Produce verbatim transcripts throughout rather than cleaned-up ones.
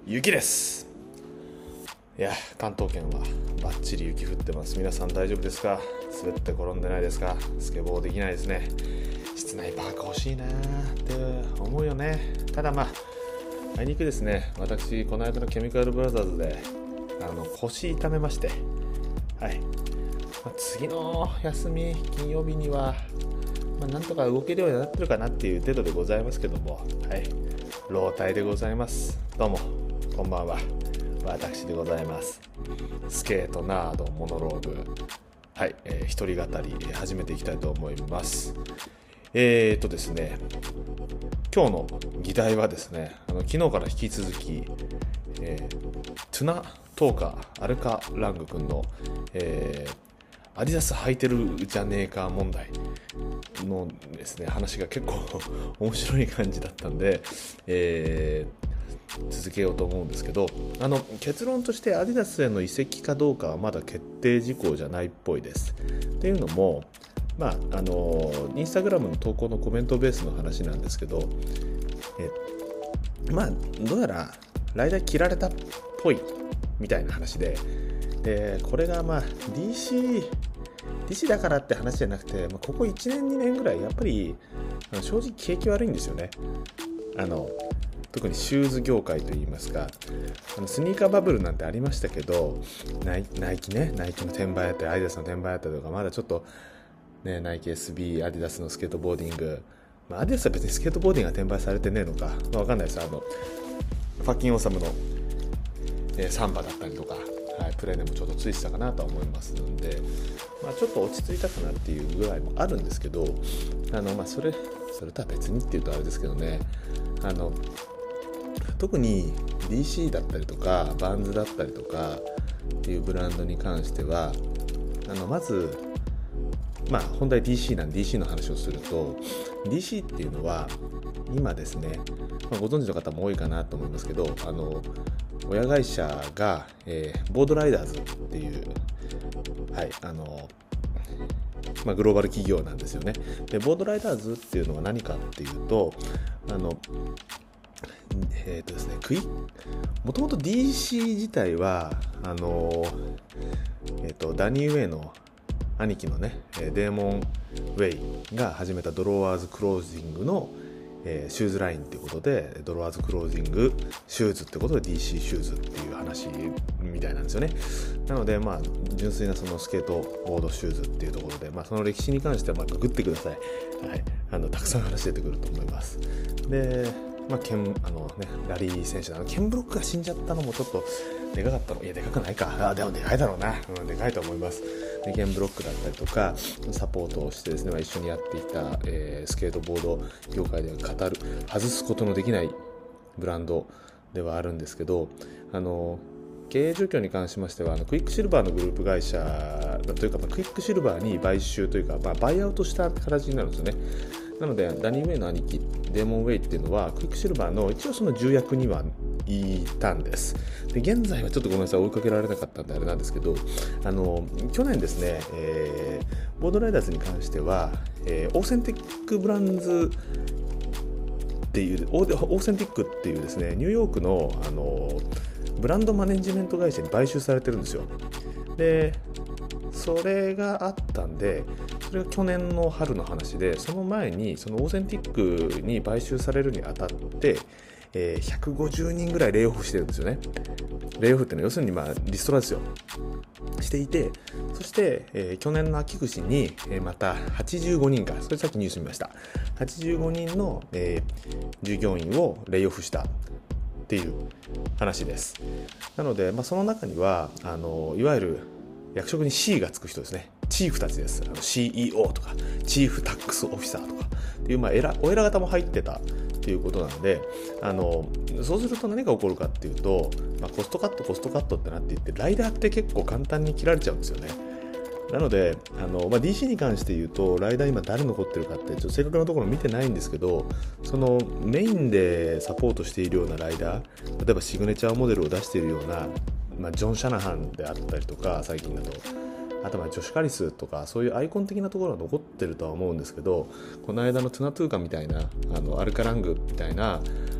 雪です。いや、関東圏はバッチリ雪降ってます。皆さん大丈夫ですか？滑って転んでないですか？スケボーできないですね。室内パーク欲しいなって思うよね。ただまああいにくですね、私この間のケミカルブラザーズであの腰痛めまして、はい、まあ、次の休み金曜日には、まあ、なんとか動けるようになってるかなっていう程度でございますけども、はい、老体でございます。どうもこんばんは、私でございます。スケートナードモノローグ、はい、えー、一人語り始めていきたいと思います。えーとですね今日の議題はですね、あの昨日から引き続き、えー、トゥナトーカーアルカラング君の、えー、アディダス履いてるじゃねえか問題のですね話が結構面白い感じだったんで、えー続けようと思うんですけど、あの結論としてアディダスへの移籍かどうかはまだ決定事項じゃないっぽいです。っていうのも、まああのインスタグラムの投稿のコメントベースの話なんですけど、えまあどうやらライダー切られたっぽいみたいな話で、でこれがまあ ディーシー ディーシー だからって話じゃなくて、まあ、ここいちねんにねんぐらいやっぱり正直景気悪いんですよね。あの特にシューズ業界といいますか、あのスニーカーバブルなんてありましたけど、ナイ、ナイキね、ナイキの転売やったりアディダスの転売やったりとか、まだちょっと、ね、ナイキ エスビー、アディダスのスケートボーディング、まあ、アディダスは別にスケートボーディングが転売されてねえのか、まあ、わかんないです。あのファッキンオーサムの、えー、サンバだったりとか、はい、プレーでもちょっとついてたかなとは思いますので、まあ、ちょっと落ち着いたかなっていうぐらいもあるんですけど、あの、まあ、それそれとは別にっていうとあれですけどね、あの特に ディーシー だったりとかバンズだったりとかっていうブランドに関しては、あのまずまあ本題 ディーシー なんで ディーシー の話をすると、 ディーシー っていうのは今ですね、まあ、ご存知の方も多いかなと思いますけど、あの親会社が、えー、ボードライダーズっていう、はいあのまあ、グローバル企業なんですよね。でボードライダーズっていうのは何かっていうと、あのえーとですね、クイもともと ディーシー 自体はあの、えーと、ダニー・ウェイの兄貴のねデーモン・ウェイが始めたドロワーズ・クロージングの、えー、シューズラインっていうことで、ドロワーズ・クロージングシューズってことで ディーシー シューズっていう話みたいなんですよね。なのでまあ純粋なそのスケートボードシューズっていうところで、まあ、その歴史に関してはまあググってください。はい、あのたくさん話出てくると思います。でまあ、ケンあのね、ラリー選手のケンブロックが死んじゃったのもちょっとでかかったの。いやでかくないか、あでもでかいだろうな、うん、でかいと思います。でケンブロックだったりとかサポートをしてですね、まあ、一緒にやっていた、えー、スケートボード業界では語る外すことのできないブランドではあるんですけど、あの経営状況に関しましては、あのクイックシルバーのグループ会社というか、まあ、クイックシルバーに買収というか、まあ、バイアウトした形になるんですよね。なのでダニー・ウェイの兄貴デーモン・ウェイっていうのはクイックシルバーの一応その重役にはいたんです。で現在はちょっとごめんなさい追いかけられなかったんであれなんですけど、あの去年ですね、えー、ボードライダーズに関しては、えー、オーセンティックブランズっていうオーセンティックっていうですねニューヨークの、あのブランドマネジメント会社に買収されてるんですよ。でそれがあったんで、それが去年の春の話で、その前にそのオーセンティックに買収されるにあたって、えー、ひゃくごじゅうにんぐらいレイオフしてるんですよね。レイオフってのは要するにまあリストラですよ、していて、そして、えー、去年の秋口に、えー、またはちじゅうごにんか、それさっきニュース見ました、はちじゅうごにんの、えー、従業員をレイオフしたっていう話です。なので、まあ、その中にはあのいわゆる役職に シー がつく人ですね。チーフたちです。あの シーイーオー とかチーフタックスオフィサーとかっていう、まあ、偉お偉方も入ってたっていうことなので、あのそうすると何が起こるかっていうと、まあ、コストカットコストカットってなっていって、ライダーって結構簡単に切られちゃうんですよね。なのであの、まあ、ディーシー に関して言うと、ライダー今誰残ってるかってちょっと正確なところ見てないんですけど、そのメインでサポートしているようなライダー、例えばシグネチャーモデルを出しているような、まあ、ジョン・シャナハンであったりとか、最近だとあとまあジョシュカリスとか、そういうアイコン的なところは残ってるとは思うんですけど、この間のトゥナトゥーカみたいな、あのアルカラングみたいな、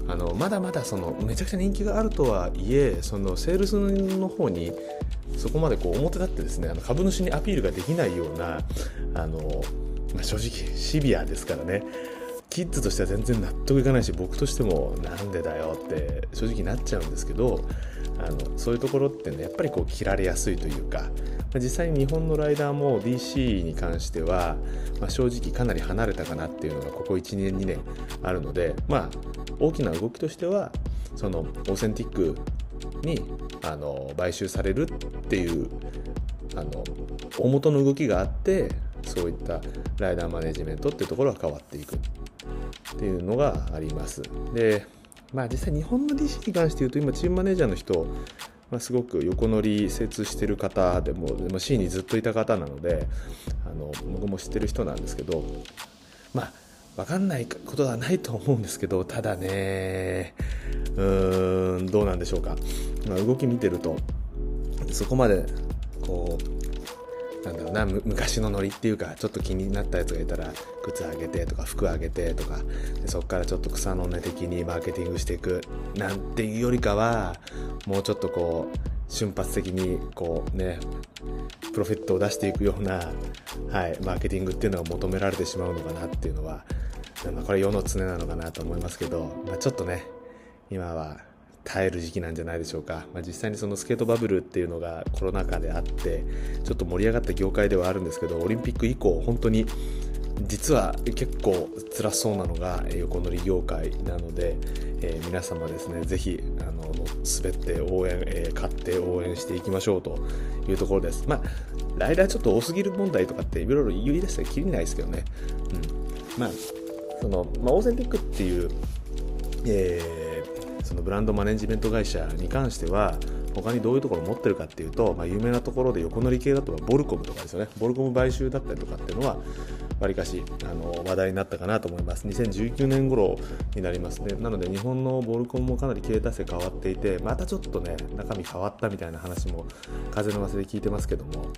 あのまだまだそのめちゃくちゃ人気があるとはいえ、そのセールスの方にそこまでこう表立ってですね、あの株主にアピールができないような、あの、まあ、正直シビアですからね。キッズとしては全然納得いかないし、僕としてもなんでだよって正直なっちゃうんですけど、あのそういうところってね、やっぱりこう切られやすいというか、実際に日本のライダーも ディーシー に関しては、まあ、正直かなり離れたかなっていうのがここいちねんにねんあるので、まあ大きな動きとしてはそのオーセンティックにあの買収されるっていうあの大元の動きがあって、そういったライダーマネジメントっていうところが変わっていくっていうのがあります。で、まあ実際日本の ディーシー に関して言うと、今チームマネージャーの人、まあ、すごく横乗り精通してる方でも、でも C にずっといた方なので、あの僕も知ってる人なんですけど、まあ分かんないことはないと思うんですけど、ただね、うーんどうなんでしょうか。まあ、動き見てるとそこまでこうなんだろうな、昔のノリっていうか、ちょっと気になったやつがいたら靴あげてとか服あげてとかで、そこからちょっと草の根的にマーケティングしていくなんていうよりかは、もうちょっとこう瞬発的にこうねプロフィットを出していくような、はい、マーケティングっていうのが求められてしまうのかなっていうのは、まあ、これ世の常なのかなと思いますけど、まあ、ちょっとね今は耐える時期なんじゃないでしょうか。まあ、実際にそのスケートバブルっていうのがコロナ禍であってちょっと盛り上がった業界ではあるんですけど、オリンピック以降本当に実は結構辛そうなのが横乗り業界なので、えー、皆様ですね、ぜひあの滑って応援、えー、買って応援していきましょうというところです。まあライダーちょっと多すぎる問題とかっていろいろ言い出したらきりないですけどね、うん、まあその、まあ、オーセンティックっていう、えーそのブランドマネジメント会社に関しては他にどういうところを持ってるかっていうと、まあ、有名なところで横乗り系だとボルコムとかですよね。ボルコム買収だったりとかっていうのはわりかしあの話題になったかなと思います。にせんじゅうきゅうねん頃になりますね。なので日本のボルコムもかなり経営体制変わっていて、またちょっとね中身変わったみたいな話も風の噂で聞いてますけども、うん、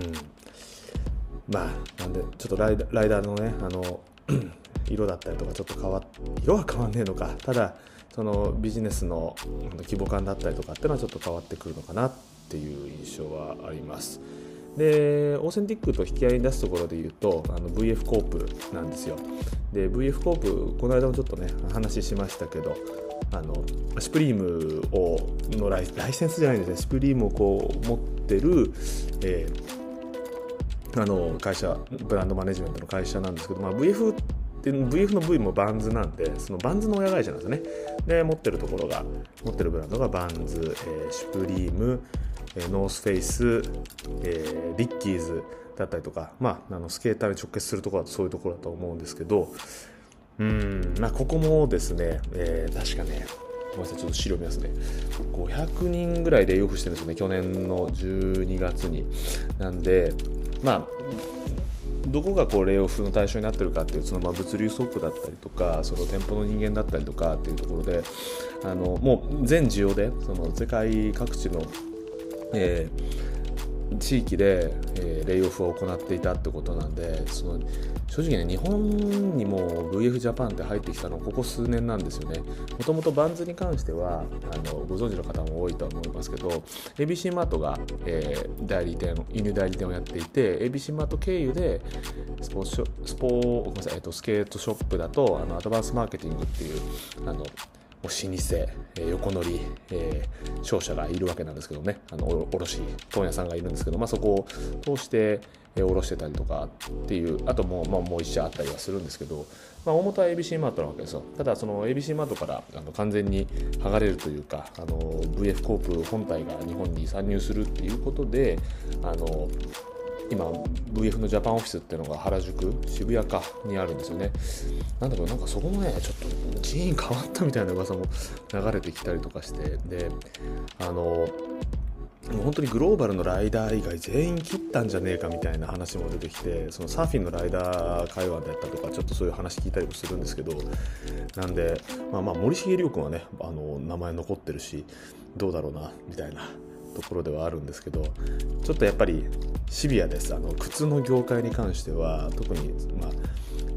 まあなんでちょっとライダー、ライダーのねあの色だったりとかちょっと変わっ色は変わんねえのか、ただそのビジネスの規模感だったりとかっていうのはちょっと変わってくるのかなっていう印象はあります。でオーセンティックと引き合いに出すところで言うとあの ブイエフ コープなんですよ。で ブイエフ コープこの間もちょっとね話しましたけど、あのシュプリームをのライ、ライセンスじゃないんですね。シュプリームをこう持ってる、えー、あの会社、ブランドマネジメントの会社なんですけど、まあ、ブイエフで ブイエフ の V もバンズなんで、そのバンズの親会社なんですよね。で持ってるところが持ってるブランドがバンズ、えー、シュプリーム、えー、ノースフェイス、えー、リッキーズだったりとか、まあ、あのスケーターに直結するところだとそういうところだと思うんですけど、うーん、まあ、ここもですね、えー、確かねごめんなさい、ちょっと資料見ますね。ごひゃくにんぐらいレイオフしてるんですよね、去年のじゅうにがつに。なんでまあどこがこうレイオフの対象になってるかっていう、そのまあ物流ストップだったりとか、その店舗の人間だったりとかっていうところで、あのもう全需要でその世界各地の、えー、地域で、えー、レイオフを行っていたってことなんで、その正直ね日本にも ブイエフ ジャパンって入ってきたのここ数年なんですよね。もともとバンズに関してはあのご存知の方も多いとは思いますけど、 エービーシー マートが、えー、代理店輸入代理店をやっていて、 エービーシー マート経由でスポーツスポごめんなさい、えっと、スケートショップだとあのアドバンスマーケティングっていうあの老舗、えー、横乗り、えー、商社がいるわけなんですけどね、あの卸問屋さんがいるんですけど、まあ、そこを通して下ろしてたりとかっていう、あともう、まあ、もう一社あったりはするんですけど、まあ、大元は エービーシー マートなわけですよ。ただその エービーシー マートからあの完全に剥がれるというか、あの ブイエフ コープ本体が日本に参入するっていうことで、あの今 ブイエフ のジャパンオフィスっていうのが原宿渋谷かにあるんですよね。なんだろう、なんかそこもねちょっと人員変わったみたいな噂も流れてきたりとかして、であのもう本当にグローバルのライダー以外全員切ったんじゃねえかみたいな話も出てきて、そのサーフィンのライダー会話だったとかちょっとそういう話聞いたりもするんですけど、なんでまあまあ森重亮君はねあの名前残ってるしどうだろうなみたいなところではあるんですけど、ちょっとやっぱりシビアです。あの靴の業界に関しては特に、まあ、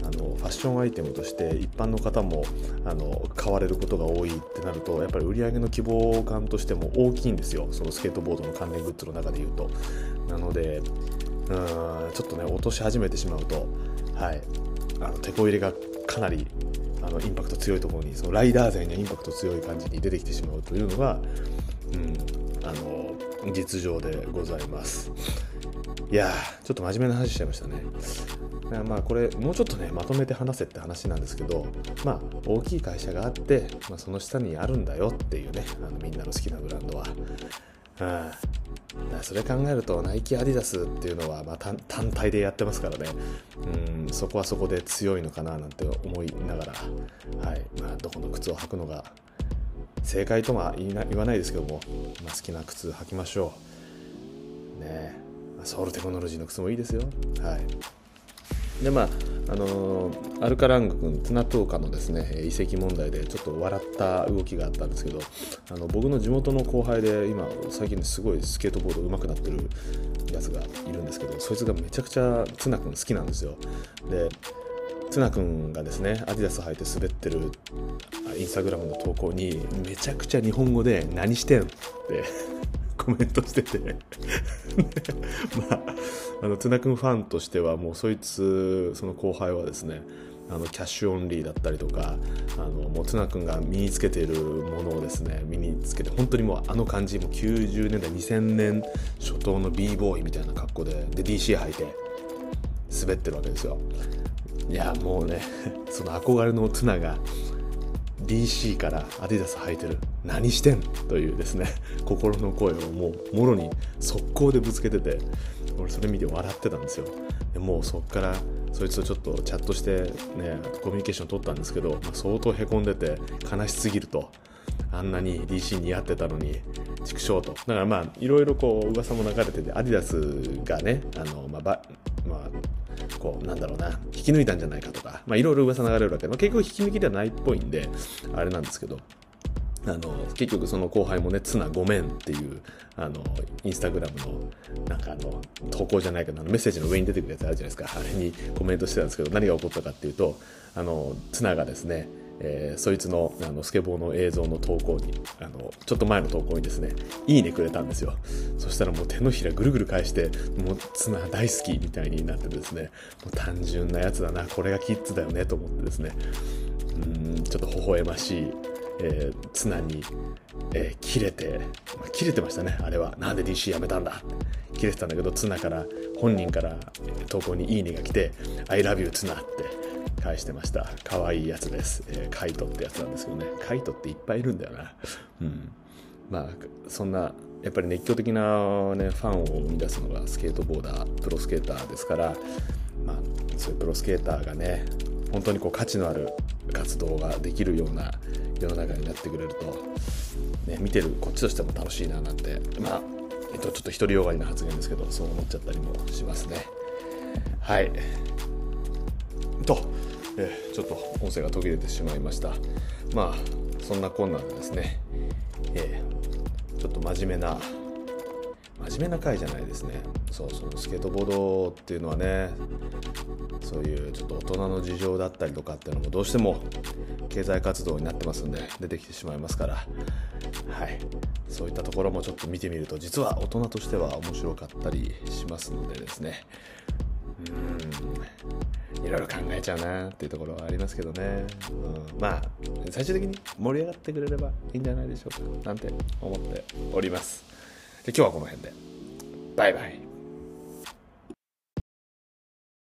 あのファッションアイテムとして一般の方もあの買われることが多いってなると、やっぱり売り上げの規模感としても大きいんですよ、そのスケートボードの関連グッズの中でいうと。なのでうーんちょっとね落とし始めてしまうと、はい、あのテこ入れがかなりあのインパクト強いところに、そのライダー勢にはインパクト強い感じに出てきてしまうというのが、うん、あの実情でございます。いやーちょっと真面目な話しちゃいましたね。まあこれもうちょっとねまとめて話せって話なんですけど、まあ大きい会社があって、まあ、その下にあるんだよっていうね、あのみんなの好きなブランドは、うん、それ考えるとナイキアディダスっていうのはまあ 単, 単体でやってますからね、うん、そこはそこで強いのかななんて思いながら、はいまあ、どこの靴を履くのが正解とは言いな言わないですけども、まあ、好きな靴履きましょうね。ソウルテクノロジーの靴もいいですよ。はい。でまああのー、アルカラング君ツナトーカのですね移籍問題でちょっと笑った動きがあったんですけど、あの僕の地元の後輩で今最近すごいスケートボード上手くなってるやつがいるんですけど、そいつがめちゃくちゃツナ君好きなんですよ。でツナ君がですねアディダス履いて滑ってるインスタグラムの投稿にめちゃくちゃ日本語で何してんってコメントしててまああのツナ君ファンとしてはもうそいつその後輩はですね、あのキャッシュオンリーだったりとか、あのもうツナ君が身につけているものをですね身につけて、本当にもうあの感じもきゅうじゅうねんだいにせんねん初頭の b ボーイみたいな格好でで ディーシー 履いて滑ってるわけですよ。いやもうねその憧れのツナが ディーシー からアディダス履いてる、何してんというですね心の声をもうもろに速攻でぶつけてて、俺それ見て笑ってたんですよ。でもうそっからそいつとちょっとチャットしてねコミュニケーション取ったんですけど、まあ、相当へこんでて悲しすぎると、あんなに ディーシー 似合ってたのに畜生と。だからまあいろいろこう噂も流れてて、アディダスがねあのまあばまあこうなんだろうな引き抜いたんじゃないかとか、まあいろいろ噂流れるわけで、まあ、結局引き抜きではないっぽいんであれなんですけど、あの結局その後輩もねツナごめんっていうあのインスタグラムのなんかあの投稿じゃないけど、あのメッセージの上に出てくるやつあるじゃないですか。あれにコメントしてたんですけど、何が起こったかっていうと、あのツナがですねえー、そいつ の, あのスケボーの映像の投稿にあのちょっと前の投稿にですねいいねくれたんですよ。そしたらもう手のひらぐるぐる返して、もうツナ大好きみたいになってですね、もう単純なやつだな、これがキッズだよねと思ってですね、うーんちょっと微笑ましい、えー、ツナに、えー、切れて、まあ、切れてましたね。あれはなんで ディーシー やめたんだ切れてたんだけど、ツナから本人から投稿にいいねが来て I love you ツナって返してました。可愛いやつです、えー、カイトってやつなんですけどね。カイトっていっぱいいるんだよな。うん、まあそんなやっぱり熱狂的な、ね、ファンを生み出すのがスケートボーダー、プロスケーターですから、まあ、そういうプロスケーターがね本当にこう価値のある活動ができるような世の中になってくれると、ね、見てるこっちとしても楽しいななんて、まあえっと、ちょっと独りよがりな発言ですけどそう思っちゃったりもしますね。はいとえー、ちょっと音声が途切れてしまいました。まあそんなこんなでですね、えー、ちょっと真面目な真面目な回じゃないですね。そうそうスケートボードっていうのはね、そういうちょっと大人の事情だったりとかっていうのもどうしても経済活動になってますんで出てきてしまいますから、はい、そういったところもちょっと見てみると実は大人としては面白かったりしますのでですね、うーんいろいろ考えちゃうなっていうところはありますけどね、うん、まあ最終的に盛り上がってくれればいいんじゃないでしょうかなんて思っております。で今日はこの辺でバイバイ。